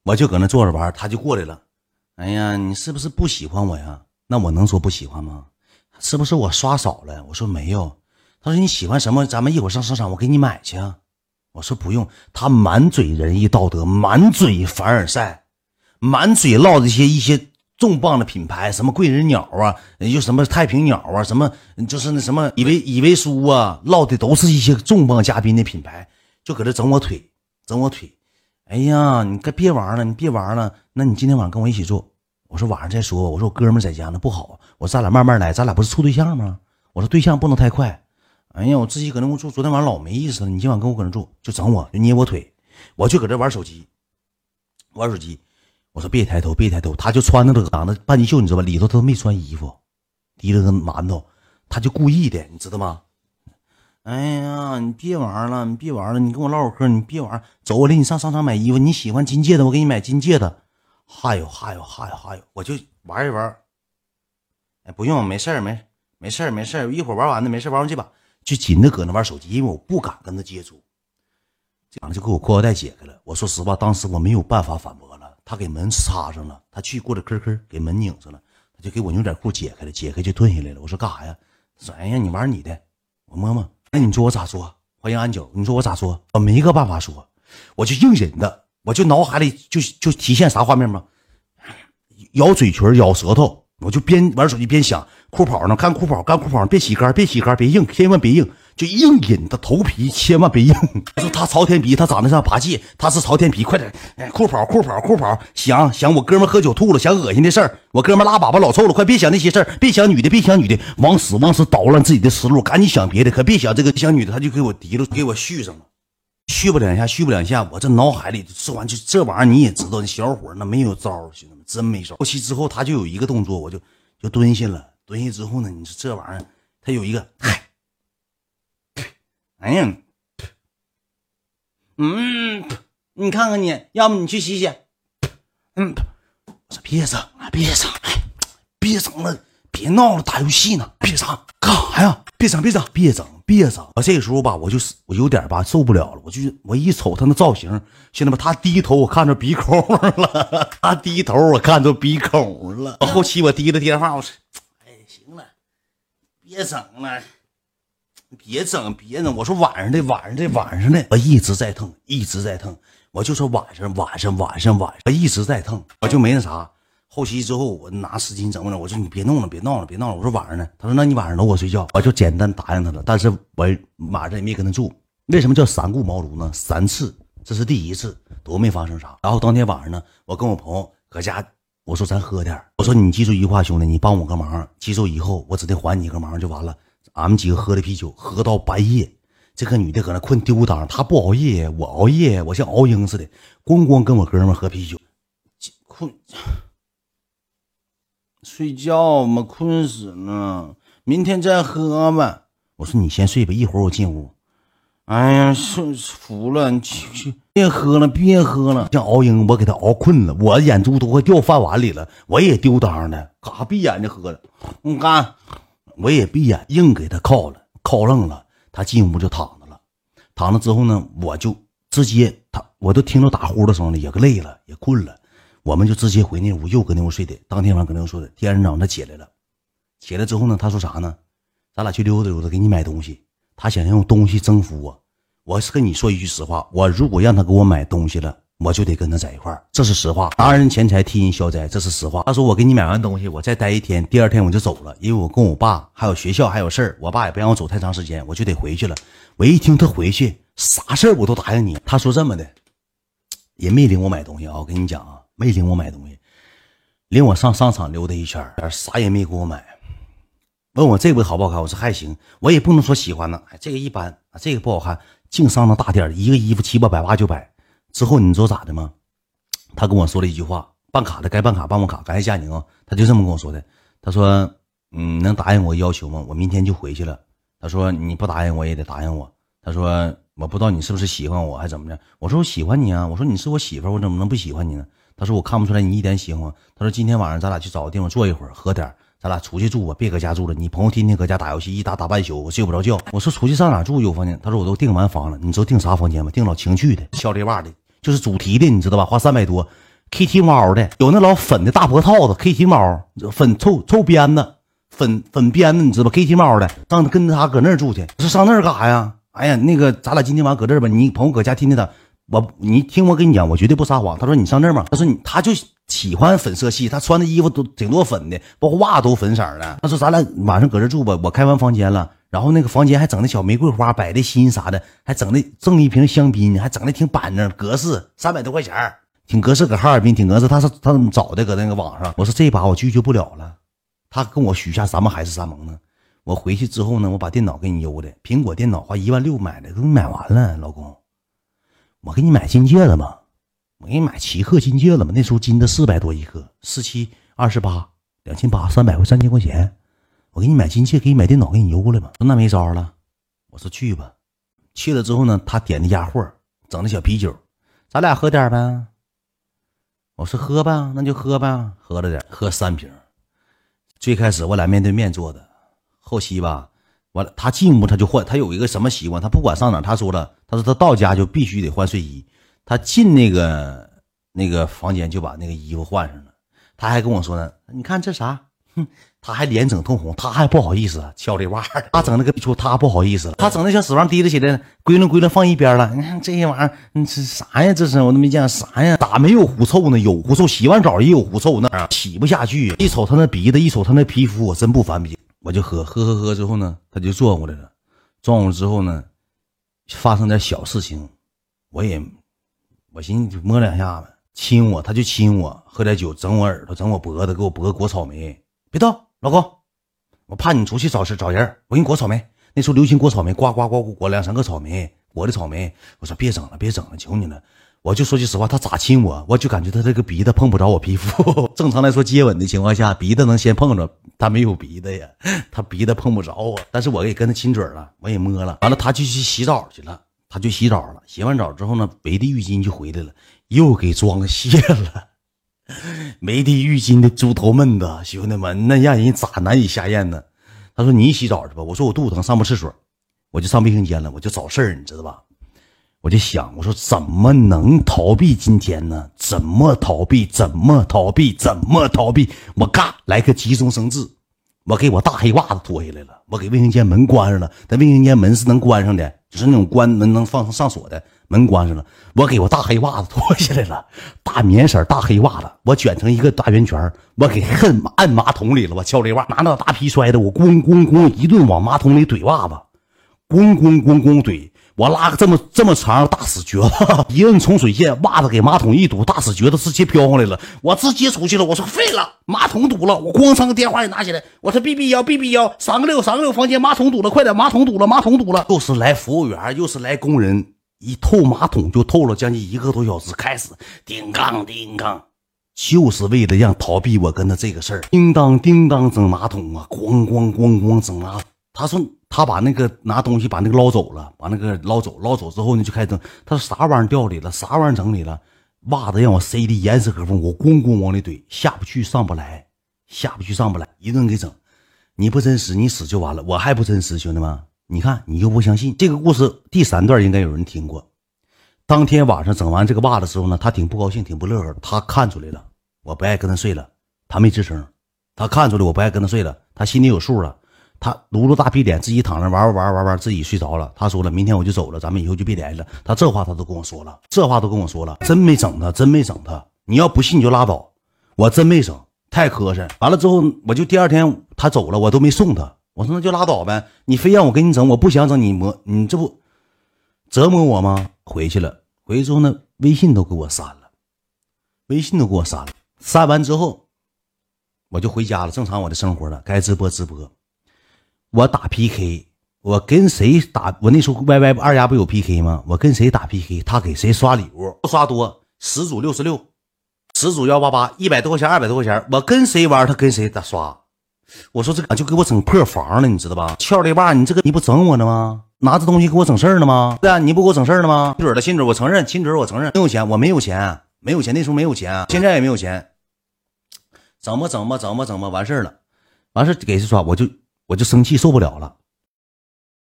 我就搁那坐着玩，他就过来了。哎呀，你是不是不喜欢我呀？那我能说不喜欢吗？是不是我刷少了？我说没有。他说你喜欢什么？咱们一会儿上商场，我给你买去啊。我说不用。他满嘴仁义道德，满嘴凡尔赛，满嘴唠这一些重磅的品牌，什么贵人鸟啊，又什么太平鸟啊，什么就是那什么以为书啊，唠的都是一些重磅嘉宾的品牌，就搁这整我腿。哎呀，你别玩了，你别玩了，那你今天晚上跟我一起做。我说晚上再说，我说我哥们在家呢，不好，我说咱俩慢慢来，咱俩不是处对象吗？我说对象不能太快。哎呀，我自己搁那屋住，昨天晚上老没意思了，你今晚跟我搁那住，就整我，就捏我腿，我就搁这玩手机。我说别抬头，他就穿那个长得半截袖，你知道吧？里头他都没穿衣服，提着个馒头，他就故意的，你知道吗？哎呀，你别玩了，你跟我唠会嗑，你别玩，走，我领你上商场买衣服，你喜欢金戒的，我给你买金戒的。哈哟，我就玩一玩。哎，不用，没事，一会儿玩完的，没事，玩完这把就紧着搁那玩手机，因为我不敢跟他接触。这样就给我裤腰带解开了。我说实话，当时我没有办法反驳了，他给门插上了，他去过来吭给门拧上了，他就给我牛仔裤解开了，解开就退下来了。我说干啥呀？他说哎呀，你玩你的，我摸摸。那你说我咋说？欢迎安九，你说我咋说？我没个办法说，我就硬忍的，我就脑海里就体现啥画面吗？咬嘴唇，咬舌头，我就边玩手机边想裤跑呢，干裤跑，别起杆，别硬，千万别硬，就硬忍的头皮，千万别硬。我说他朝天鼻，他长得像扒蟹，他是朝天鼻，快点，裤跑，想我哥们喝酒吐了，想恶心的事儿，我哥们拉粑粑老臭了，快别想那些事儿，别想女的，往死捣乱自己的思路，赶紧想别的，可别想这个想女的，他就给我提了，给我续上了。续不两下，我这脑海里说完就这玩意儿你也知道，那小伙那没有招，兄弟们真没招。后期之后他就有一个动作，我就蹲下了，蹲下之后呢，你说这玩意儿他有一个，哎呀，你看看你，要不你去洗洗，我说别整了，别闹了，打游戏呢，别整，干啥呀？别整！我这个时候吧，我有点吧受不了了，我一瞅他那造型，兄弟们，他低头我看着鼻孔了，后期我低了电话，我说，哎，行了，别整了，别整！我说晚上的，我一直在疼，我就说晚上，我一直在疼，我就没那啥。后期之后我拿湿巾整不整，我说你别弄了，我说晚上呢，他说那你晚上搂我睡觉，我就简单答应他了，但是我晚上也没跟他住。为什么叫三顾茅庐呢？3次，这是第1次，都没发生啥。然后当天晚上呢，我跟我朋友搁家，我说咱喝点，我说你记住一句话，兄弟，你帮我个忙，记住以后我指定还你一个忙就完了。俺们几个喝的啤酒，喝到半夜，这个女的搁那困丢当，她不熬夜，我熬夜，我像熬鹰似的，咣跟我哥们喝啤酒，困。睡觉嘛，困死了，明天再喝吧。我说你先睡吧，一会儿我进屋。哎呀，服了，你去，别喝了，像熬鹰，我给他熬困了，我眼珠都快掉饭碗里了，我也丢当的，嘎闭眼睛喝了。你看，我也闭眼，硬给他靠愣了。他进屋就躺着了，躺着之后呢，我就直接我都听着打呼的声了，也累了，也困了。我们就直接回那屋，又搁那屋睡的。当天晚上搁那屋睡的，第二天早上他起来了，起来之后呢，他说啥呢？咱俩去溜达，给你买东西。他想用东西征服我。我是跟你说一句实话，我如果让他给我买东西了，我就得跟他在一块儿，这是实话。拿人钱财替人消灾，这是实话。他说我给你买完东西，我再待1天，第2天我就走了，因为我跟我爸还有学校还有事儿，我爸也不让我走太长时间，我就得回去了。我一听他回去，啥事儿我都答应你。他说这么的，也没领我买东西啊，我跟你讲啊。没领我买东西，领我上商场溜达一圈，啥也没给我买。问我这个好不好看，我说还行，我也不能说喜欢呢，这个一般，这个不好看，净上那大店，一个衣服700、800、800。之后你知道咋的吗？他跟我说了一句话，办卡的该办卡办我卡，感谢佳宁，他就这么跟我说的。他说能答应我要求吗？我明天就回去了。他说你不答应我也得答应我。他说我不知道你是不是喜欢我还怎么着。我说我喜欢你啊，我说你是我媳妇，我怎么能不喜欢你呢？他说我看不出来你一点喜欢我。他说今天晚上咱俩去找个地方坐一会儿，喝点，咱俩出去住吧，别搁家住了。你朋友天天搁家打游戏，一打半宿，我睡不着觉。我说出去上哪住有房间？他说我都订完房了。你知道订啥房间吗？订老情趣的，小里袜的，就是主题的，你知道吧？花300多。 ，KT 猫的，有那老粉的大脖套子 ，KT 猫粉臭鞭子，粉鞭子，你知道吧 ？KT 猫的，跟他搁那儿住去，我说上那儿干啥呀？哎呀，那个咱俩今天晚上搁这儿吧，你朋友搁家听听他，你听我跟你讲，我绝对不撒谎。他说你上这儿吗？他说他就喜欢粉色系，他穿的衣服都挺多粉的，包括袜都粉色的。他说咱俩晚上搁这住吧，我开完房间了。然后那个房间还整那小玫瑰花，摆的新啥的，还整的赠一瓶香槟，还整的挺板正，格式300多块钱，挺格式，搁哈尔滨挺格式。他找的搁那个网上，我说这把我拒绝不了了。他跟我许下咱们海誓山盟呢。我回去之后呢，我把电脑给你邮的，苹果电脑花16000买的，给你买完了，老公，我给你买金戒了嘛，我给你买7克金戒了嘛，那时候金的400多一克，4728，2800，300块3000块钱。我给你买金戒，给你买电脑，给你邮过来吧。说那没招了，我说去吧。去了之后呢，他点的鸭货，整的小啤酒，咱俩喝点呗。我说喝吧，那就喝吧，喝了点，喝3瓶。最开始我俩面对面坐的，后期吧，完了他进屋他就换，他有一个什么习惯，他不管上哪，他说他到家就必须得换睡衣。他进那个房间就把那个衣服换上了，他还跟我说呢，你看这啥？他还脸整通红，他还不好意思敲这袜，他整那个出，他不好意思了，他整那小死亡提着起来，归了放一边了。你看这些玩意儿，你这啥呀？这是我都没见啥呀？咋没有狐臭呢？有狐臭，洗完澡也有狐臭，那洗不下去。一瞅他那鼻子，一瞅他那皮肤，我真不烦逼。我就喝之后呢，他就转过来了，转过来之后呢，发生点小事情，我寻思就摸2下子，亲我，他就亲我，喝点酒，整我耳朵，整我脖子，给我脖子裹草莓。别动，老公，我怕你出去找人，我给你裹草莓。那时候流行裹草莓，呱呱呱裹2、3个草莓，裹的草莓。我说别整了，求你了。我就说句实话，他咋亲我就感觉他这个鼻子碰不着我皮肤。正常来说，接吻的情况下，鼻子能先碰着，他没有鼻子呀，他鼻子碰不着啊。但是我也跟他亲嘴了，我也摸了。完了，他就去洗澡去了，洗完澡之后呢，围的浴巾就回来了，又给装卸了。没地浴巾的猪头闷子，兄弟们，那让人咋难以下咽呢？他说你洗澡去吧，我说我肚子疼上不厕所，我就上卫生间了，我就找事儿，你知道吧？我就想，我说怎么能逃避今天呢？怎么逃避？我嘎来个急中生智，我给我大黑袜子脱下来了，我给卫生间门关上了，但卫生间门是能关上的，就是那种关门能放上锁的，门关上了，我给我大黑袜子脱下来了，大棉色大黑袜子，我卷成一个大圆圈，我给按马桶里了，我敲这袜，拿那大皮摔的，我咣咣咣一顿往马桶里怼袜子，咣咣咣咣怼，我拉个这么长大死橛子，一摁冲水键，袜子给马桶一堵，大死橛子直接飘上来了，我直接出去了，我说废了，马桶堵了，我咣上个电话也拿起来，我说哔哔幺3个6房间马桶堵了，快点马桶堵了，又是来服务员，又是来工人。一透马桶就透了将近1个多小时，开始叮当，就是为了让逃避我跟他这个事儿。叮当整马桶啊，咣整马桶。他说他把那个拿东西把那个捞走了，把那个捞走之后呢就开始整。他说啥玩意儿掉里了，啥玩意儿整里了，袜子让我塞的严丝合缝，我咣往里怼，下不去上不来，一顿给整。你不真实你死就完了，我还不真实，兄弟们。你看你又不相信这个故事第3段应该有人听过。当天晚上整完这个袜的时候呢，他挺不高兴挺不乐呵的，他看出来了我不爱跟他睡了，他没吱声，他看出来我不爱跟他睡了，他心里有数了，他撸大屁脸自己躺着玩自己睡着了。他说了明天我就走了，咱们以后就别联系了。他这话他都跟我说了，真没整他，你要不信你就拉倒，我真没整，太磕碜。完了之后我就第2天他走了，我都没送他，我说那就拉倒呗，你非让我给你整，我不想整，你这不折磨我吗？回去之后呢，微信都给我删了，删完之后我就回家了，正常我的生活了，该直播。我打 PK， 我跟谁打？我那时候 YY 二丫不有 PK 吗？我跟谁打 PK， 他给谁刷礼物，刷多10组66，10组188，100多块钱200多块钱，我跟谁玩他跟谁打刷。我说这个就给我整破防了，你知道吧？翘这把，你这个你不整我呢吗？拿着东西给我整事儿呢吗？对啊，你不给我整事儿呢吗？亲嘴我承认，我承认没有钱，我没有钱，那时候没有钱，现在也没有钱。整吧，完事儿了，完事给谁刷，我就生气受不了了，